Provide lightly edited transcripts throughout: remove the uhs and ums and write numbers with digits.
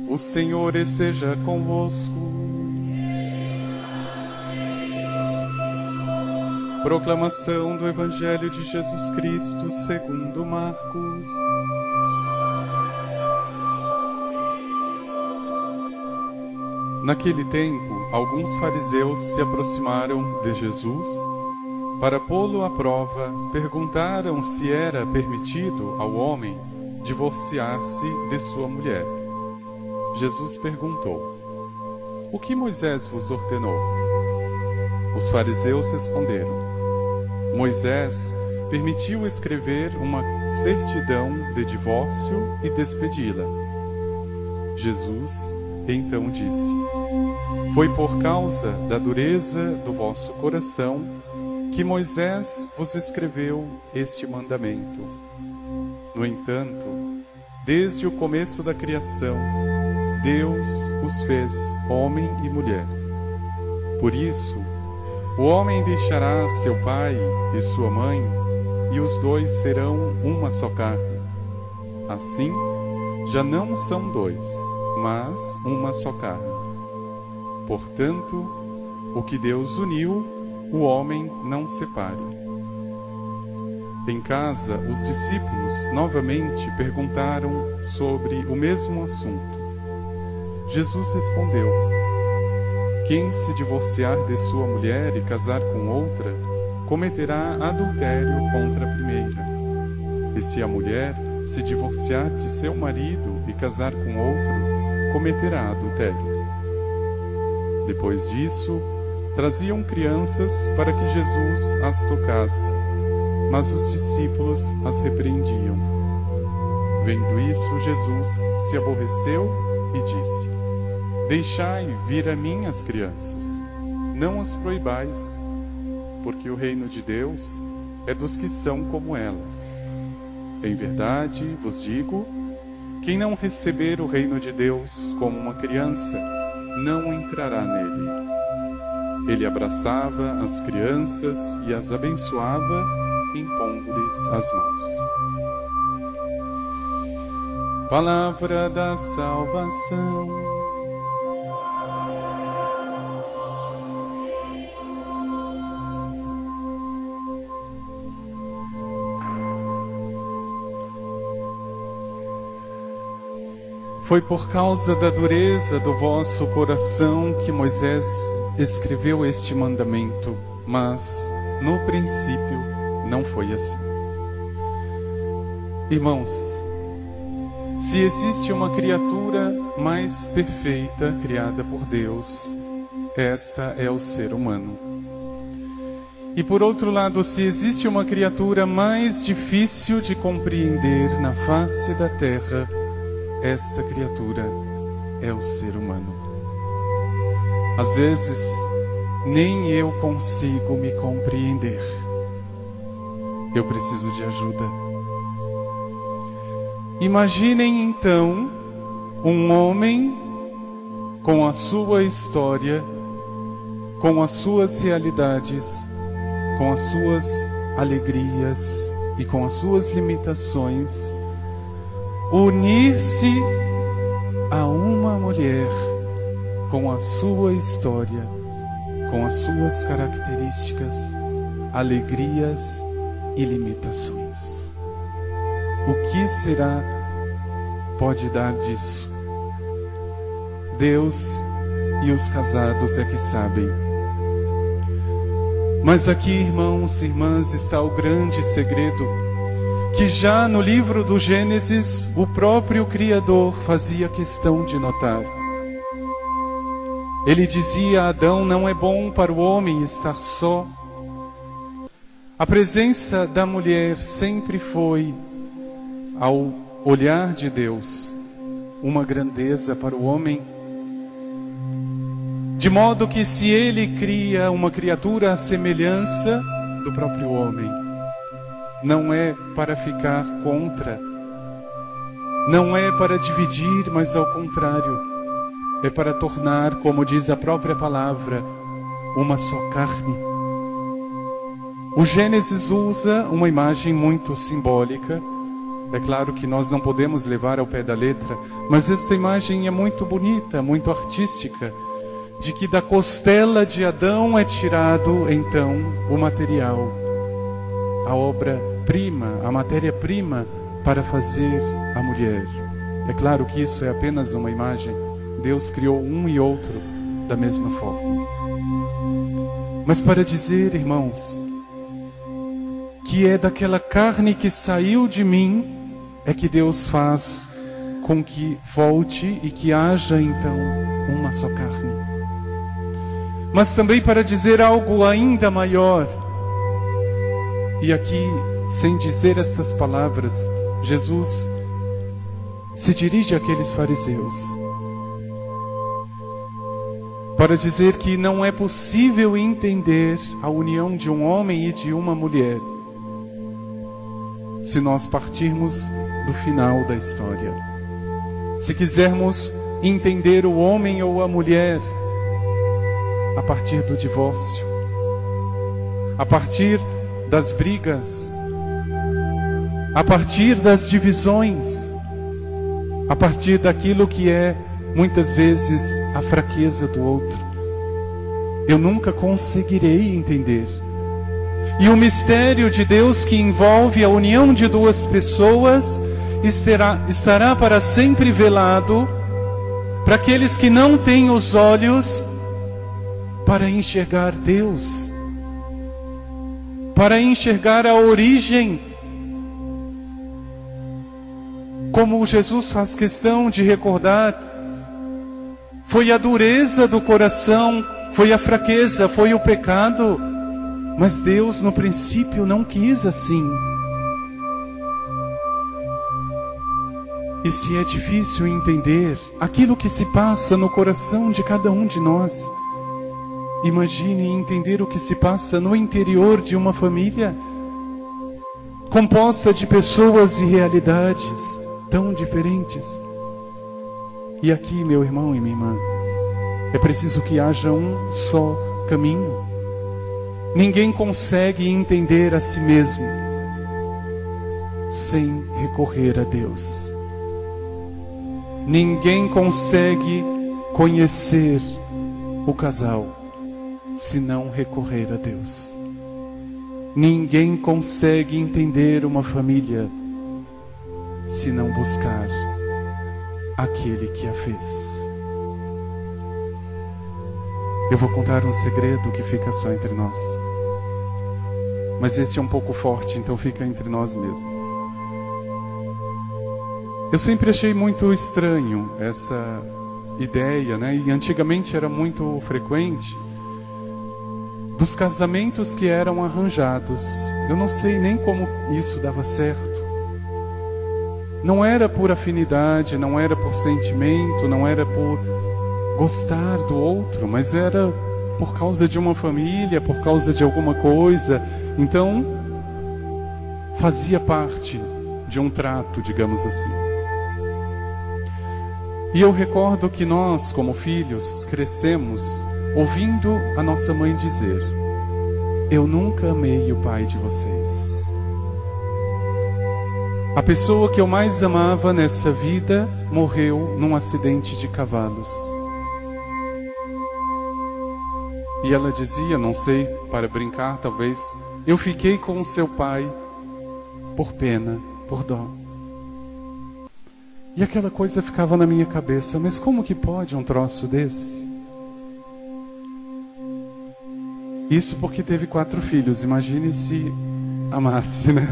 O Senhor esteja convosco. Proclamação do Evangelho de Jesus Cristo segundo Marcos. Naquele tempo, alguns fariseus se aproximaram de Jesus para pô-lo à prova. Perguntaram se era permitido ao homem divorciar-se de sua mulher. Jesus perguntou: O que Moisés vos ordenou? Os fariseus responderam: Moisés permitiu escrever uma certidão de divórcio e despedi-la. Jesus então disse: Foi por causa da dureza do vosso coração que Moisés vos escreveu este mandamento. No entanto, desde o começo da criação, Deus os fez homem e mulher. Por isso, o homem deixará seu pai e sua mãe, e os dois serão uma só carne. Assim, já não são dois, mas uma só carne. Portanto, o que Deus uniu, o homem não separe. Em casa, os discípulos novamente perguntaram sobre o mesmo assunto. Jesus respondeu: Quem se divorciar de sua mulher e casar com outra, cometerá adultério contra a primeira. E se a mulher se divorciar de seu marido e casar com outro, cometerá adultério. Depois disso, traziam crianças para que Jesus as tocasse, mas os discípulos as repreendiam. Vendo isso, Jesus se aborreceu e disse: Deixai vir a mim as crianças, não as proibais, porque o reino de Deus é dos que são como elas. Em verdade vos digo, quem não receber o reino de Deus como uma criança, não entrará nele. Ele abraçava as crianças e as abençoava, impondo-lhes as mãos. Palavra da salvação. Foi por causa da dureza do vosso coração que Moisés escreveu este mandamento, mas no princípio não foi assim. Irmãos, se existe uma criatura mais perfeita criada por Deus, esta é o ser humano. E por outro lado, se existe uma criatura mais difícil de compreender na face da terra, esta criatura é o ser humano. Às vezes, nem eu consigo me compreender. Eu preciso de ajuda. Imaginem então um homem com a sua história, com as suas realidades, com as suas alegrias e com as suas limitações, unir-se a uma mulher com a sua história, com as suas características, alegrias e limitações. O que será pode dar disso? Deus e os casados é que sabem. Mas aqui, irmãos e irmãs, está o grande segredo, que já no livro do Gênesis, o próprio Criador fazia questão de notar. Ele dizia a Adão: não é bom para o homem estar só. A presença da mulher sempre foi, ao olhar de Deus, uma grandeza para o homem. De modo que se ele cria uma criatura à semelhança do próprio homem, não é para ficar contra, não é para dividir, mas ao contrário, é para tornar, como diz a própria palavra, uma só carne. O Gênesis usa uma imagem muito simbólica É claro que nós não podemos levar ao pé da letra, mas esta imagem é muito bonita, muito artística, de que da costela de Adão é tirado, então, o material, a obra-prima, a matéria-prima para fazer a mulher. É claro que isso é apenas uma imagem. Deus criou um e outro da mesma forma. Mas para dizer, irmãos, que é daquela carne que saiu de mim, é que Deus faz com que volte e que haja então uma só carne. Mas também para dizer algo ainda maior, e aqui, sem dizer estas palavras, Jesus se dirige àqueles fariseus para dizer que não é possível entender a união de um homem e de uma mulher se nós partirmos do final da história. Se quisermos entender o homem ou a mulher a partir do divórcio, a partir das brigas, a partir das divisões, a partir daquilo que é muitas vezes a fraqueza do outro, eu nunca conseguirei entender. E o mistério de Deus que envolve a união de duas pessoas estará para sempre velado para aqueles que não têm os olhos para enxergar Deus, para enxergar a origem. Como Jesus faz questão de recordar, foi a dureza do coração, foi a fraqueza, foi o pecado, mas Deus no princípio não quis assim. E se é difícil entender aquilo que se passa no coração de cada um de nós, imagine entender o que se passa no interior de uma família composta de pessoas e realidades tão diferentes. E aqui, meu irmão e minha irmã, é preciso que haja um só caminho. Ninguém consegue entender a si mesmo sem recorrer a Deus. Ninguém consegue conhecer o casal se não recorrer a Deus. Ninguém consegue entender uma família se não buscar aquele que a fez. Eu vou contar um segredo que fica só entre nós, mas esse é um pouco forte, então fica entre nós mesmo. Eu sempre achei muito estranho essa ideia, né? E antigamente era muito frequente, dos casamentos que eram arranjados. Eu não sei nem como isso dava certo. Não era por afinidade, não era por sentimento, não era por gostar do outro, mas era por causa de uma família, por causa de alguma coisa. Então, fazia parte de um trato, digamos assim. E eu recordo que nós, como filhos, crescemos ouvindo a nossa mãe dizer: eu nunca amei o pai de vocês. A pessoa que eu mais amava nessa vida morreu num acidente de cavalos. E ela dizia, não sei, para brincar talvez: eu fiquei com o seu pai por pena, por dó. E aquela coisa ficava na minha cabeça: mas como que pode um troço desse? Isso porque teve 4 filhos, imagine se amasse, né?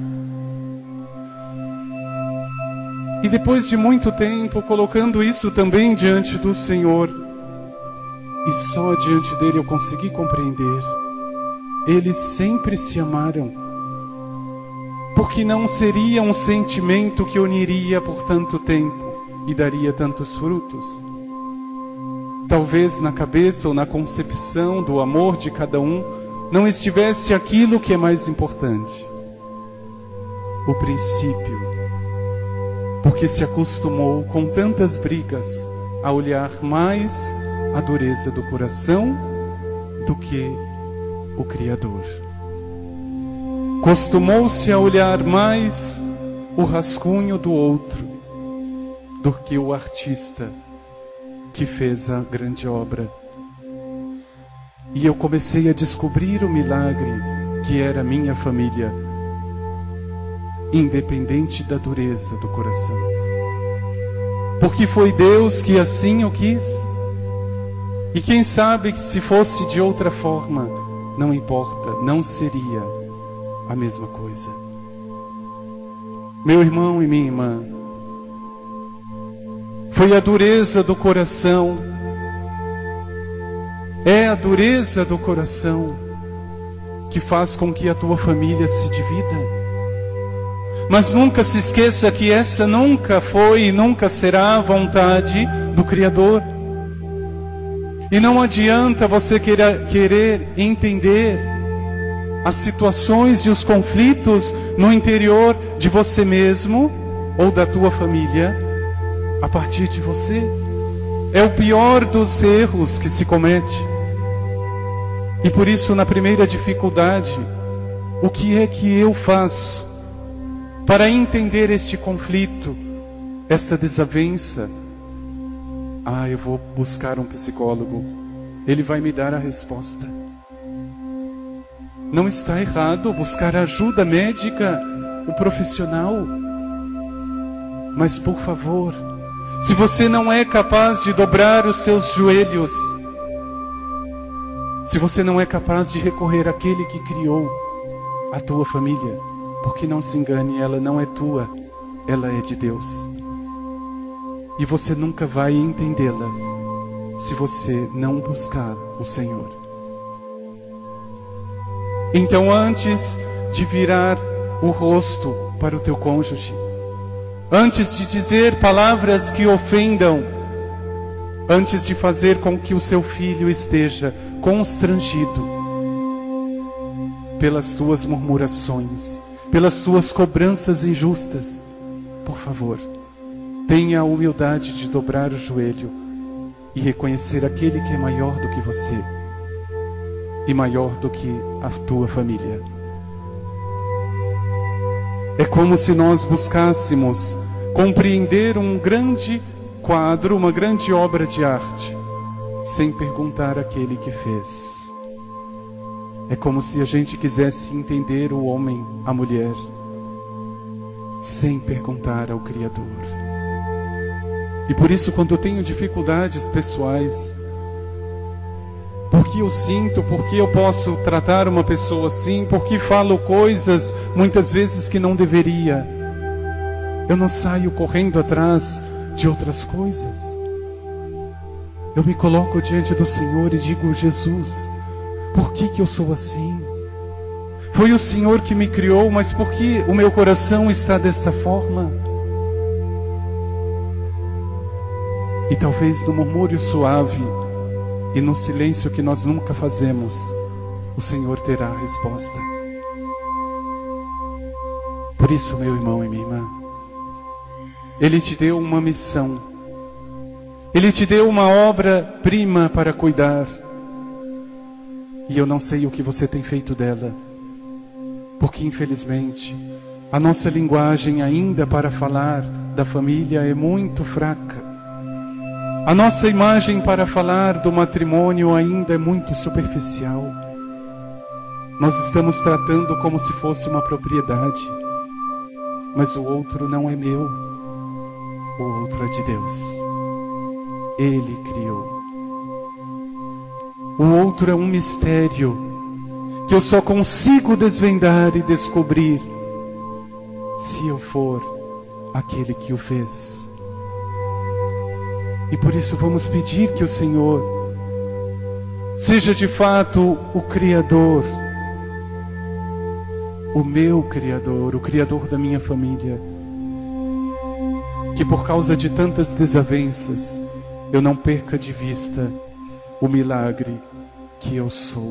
E depois de muito tempo, colocando isso também diante do Senhor, e só diante dele eu consegui compreender, eles sempre se amaram, porque não seria um sentimento que uniria por tanto tempo e daria tantos frutos. Talvez na cabeça ou na concepção do amor de cada um não estivesse aquilo que é mais importante: o princípio. Porque se acostumou com tantas brigas a olhar mais a dureza do coração do que o Criador. Costumou-se a olhar mais o rascunho do outro do que o artista que fez a grande obra. E eu comecei a descobrir o milagre que era minha família, independente da dureza do coração. Porque foi Deus que assim o quis. E quem sabe que se fosse de outra forma, não importa, não seria a mesma coisa. Meu irmão e minha irmã, foi a dureza do coração, é a dureza do coração que faz com que a tua família se divida. Mas nunca se esqueça que essa nunca foi e nunca será a vontade do Criador. E não adianta você querer entender as situações e os conflitos no interior de você mesmo ou da tua família a partir de você. É o pior dos erros que se comete. E por isso, na primeira dificuldade, o que é que eu faço para entender este conflito, esta desavença? Eu vou buscar um psicólogo. Ele vai me dar a resposta. Não está errado buscar ajuda médica, o profissional. Mas, por favor, se você não é capaz de dobrar os seus joelhos, se você não é capaz de recorrer àquele que criou a tua família, porque não se engane, ela não é tua, ela é de Deus. E você nunca vai entendê-la se você não buscar o Senhor. Então, antes de virar o rosto para o teu cônjuge, antes de dizer palavras que ofendam, antes de fazer com que o seu filho esteja constrangido pelas tuas murmurações, pelas tuas cobranças injustas, por favor, tenha a humildade de dobrar o joelho e reconhecer aquele que é maior do que você e maior do que a tua família. É como se nós buscássemos compreender um grande quadro, uma grande obra de arte, sem perguntar àquele que fez. É como se a gente quisesse entender o homem, a mulher, sem perguntar ao Criador. E por isso, quando eu tenho dificuldades pessoais, porque eu sinto, porque eu posso tratar uma pessoa assim, porque falo coisas muitas vezes que não deveria, eu não saio correndo atrás de outras coisas. Eu me coloco diante do Senhor e digo: Jesus, por que eu sou assim? Foi o Senhor que me criou, mas por que o meu coração está desta forma? E talvez no murmúrio suave e no silêncio que nós nunca fazemos, o Senhor terá a resposta. Por isso, meu irmão e minha irmã, Ele te deu uma missão, Ele te deu uma obra-prima para cuidar, e eu não sei o que você tem feito dela, porque infelizmente a nossa linguagem ainda para falar da família é muito fraca. A nossa imagem para falar do matrimônio ainda é muito superficial. Nós estamos tratando como se fosse uma propriedade, mas o outro não é meu, o outro é de Deus. Ele criou. O outro é um mistério que eu só consigo desvendar e descobrir se eu for aquele que o fez. E por isso vamos pedir que o Senhor seja de fato o Criador, o meu Criador, o Criador da minha família. Que por causa de tantas desavenças eu não perca de vista o milagre que eu sou.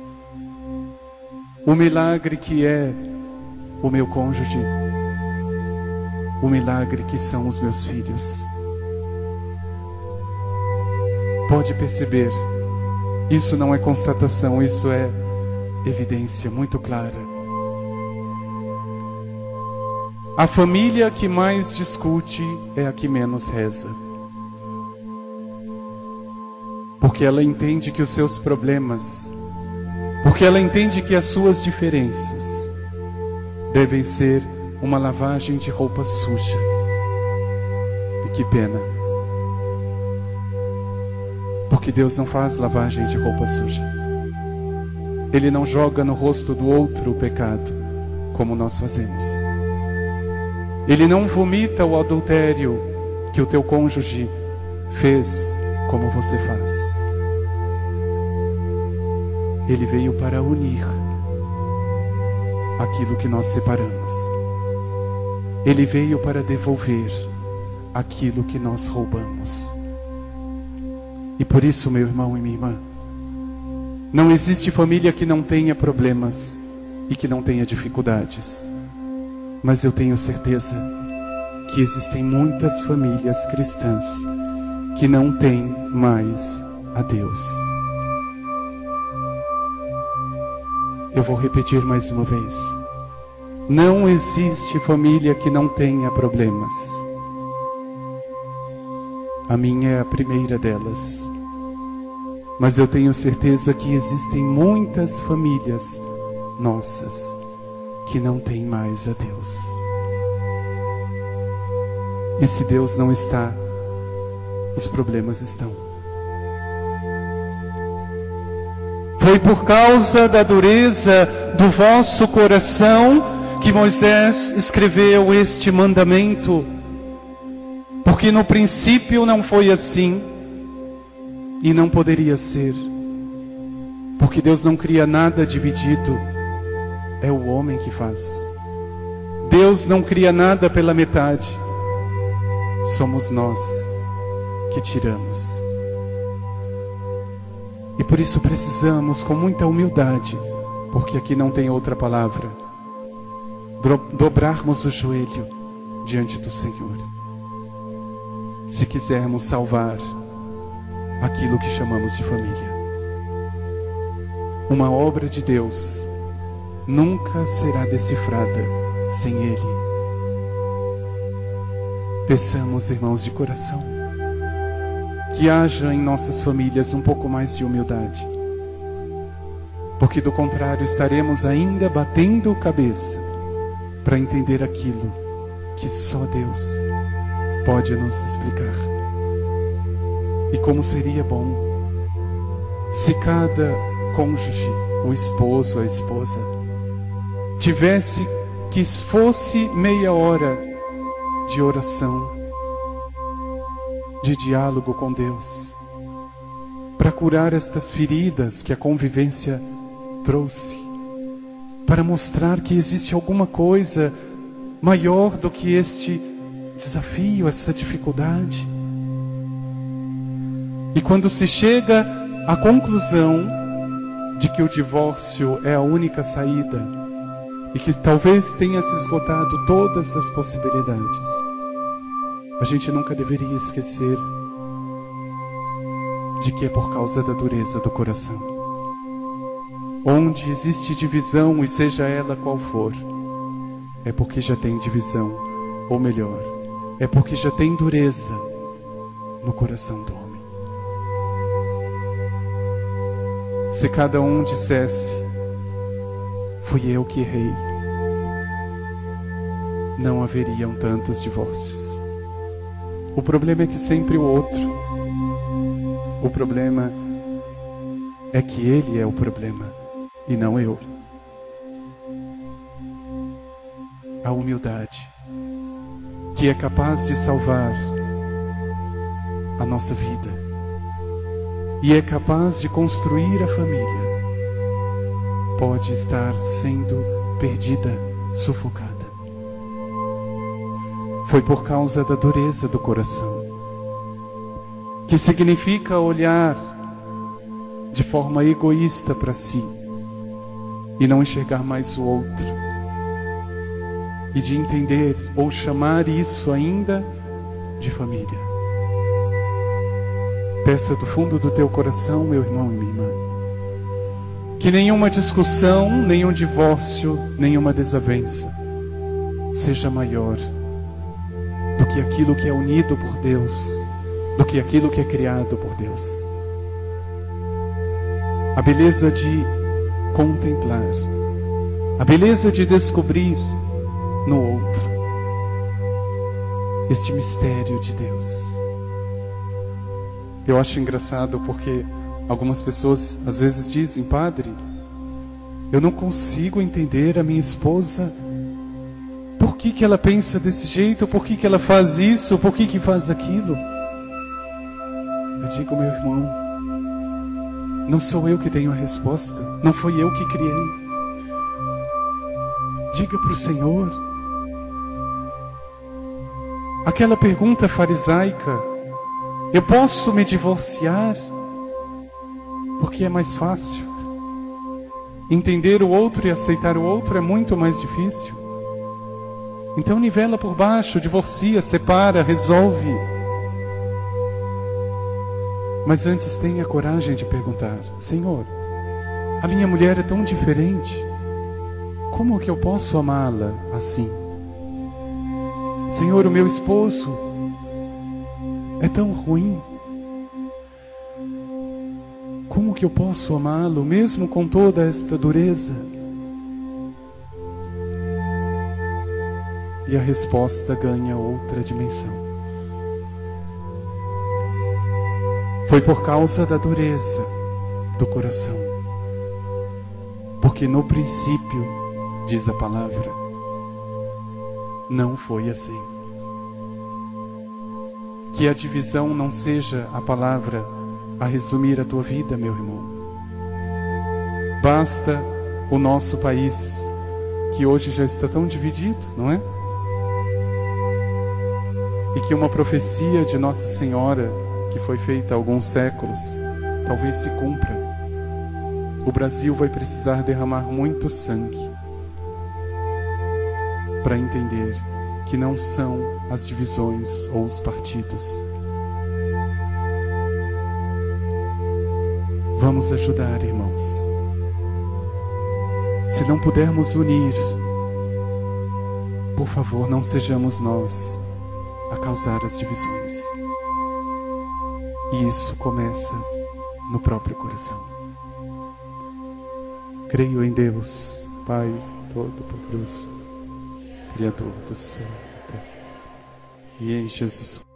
O milagre que é o meu cônjuge. O milagre que são os meus filhos. Pode perceber, isso não é constatação, isso é evidência muito clara. A família que mais discute é a que menos reza. Porque ela entende que os seus problemas, porque ela entende que as suas diferenças devem ser uma lavagem de roupa suja. E que pena. Porque Deus não faz lavagem de roupa suja. Ele não joga no rosto do outro o pecado, como nós fazemos. Ele não vomita o adultério que o teu cônjuge fez, como você faz. Ele veio para unir aquilo que nós separamos. Ele veio para devolver aquilo que nós roubamos. E por isso, meu irmão e minha irmã, não existe família que não tenha problemas e que não tenha dificuldades. Mas eu tenho certeza que existem muitas famílias cristãs que não têm mais a Deus. Eu vou repetir mais uma vez. Não existe família que não tenha problemas. A minha é a primeira delas. Mas eu tenho certeza que existem muitas famílias nossas que não têm mais a Deus. E se Deus não está, os problemas estão. Foi por causa da dureza do vosso coração que Moisés escreveu este mandamento. Porque no princípio não foi assim e não poderia ser. Porque Deus não cria nada dividido. É o homem que faz. Deus não cria nada pela metade. Somos nós que tiramos. E por isso precisamos, com muita humildade, porque aqui não tem outra palavra, dobrarmos o joelho diante do Senhor, se quisermos salvar aquilo que chamamos de família. Uma obra de Deus nunca será decifrada sem Ele. Peçamos, irmãos de coração, que haja em nossas famílias um pouco mais de humildade, porque do contrário estaremos ainda batendo cabeça para entender aquilo que só Deus pode nos explicar. E como seria bom se cada cônjuge, o esposo, a esposa, tivesse que fosse meia hora de oração, de diálogo com Deus, para curar estas feridas que a convivência trouxe, para mostrar que existe alguma coisa maior do que este desafio, essa dificuldade. E quando se chega à conclusão de que o divórcio é a única saída e que talvez tenha se esgotado todas as possibilidades, a gente nunca deveria esquecer de que é por causa da dureza do coração. Onde existe divisão, e seja ela qual for, é porque já tem divisão, ou melhor, é porque já tem dureza no coração do homem. Se cada um dissesse, fui eu que errei, não haveriam tantos divórcios. O problema é que sempre o outro. O problema é que ele é o problema e não eu. A humildade, que é capaz de salvar a nossa vida e é capaz de construir a família, pode estar sendo perdida, sufocada. Foi por causa da dureza do coração, que significa olhar de forma egoísta para si e não enxergar mais o outro, e de entender ou chamar isso ainda de família. Peça do fundo do teu coração, meu irmão e minha irmã, que nenhuma discussão, nenhum divórcio, nenhuma desavença seja maior do que aquilo que é unido por Deus, do que aquilo que é criado por Deus. A beleza de contemplar, a beleza de descobrir no outro este mistério de Deus. Eu acho engraçado porque algumas pessoas às vezes dizem: padre, eu não consigo entender a minha esposa. Por que ela pensa desse jeito? Por que ela faz isso? Por que faz aquilo? Eu digo: meu irmão, não sou eu que tenho a resposta. Não foi eu que criei. Diga para o Senhor. Aquela pergunta farisaica: eu posso me divorciar? Porque é mais fácil. Entender o outro e aceitar o outro é muito mais difícil. Então nivela por baixo, divorcia, separa, resolve. Mas antes tenha a coragem de perguntar: Senhor, a minha mulher é tão diferente. Como que eu posso amá-la assim? Senhor, o meu esposo é tão ruim. Como que eu posso amá-lo mesmo com toda esta dureza? E a resposta ganha outra dimensão. Foi por causa da dureza do coração. Porque no princípio, diz a palavra, não foi assim. Que a divisão não seja a palavra a resumir a tua vida, meu irmão. Basta o nosso país, que hoje já está tão dividido, não é? E que uma profecia de Nossa Senhora, que foi feita há alguns séculos, talvez se cumpra. O Brasil vai precisar derramar muito sangue para entender que não são as divisões ou os partidos. Vamos ajudar, irmãos. Se não pudermos unir, por favor, não sejamos nós a causar as divisões. E isso começa no próprio coração. Creio em Deus, Pai Todo-Poderoso, Criador do céu e da terra, e em Jesus Cristo.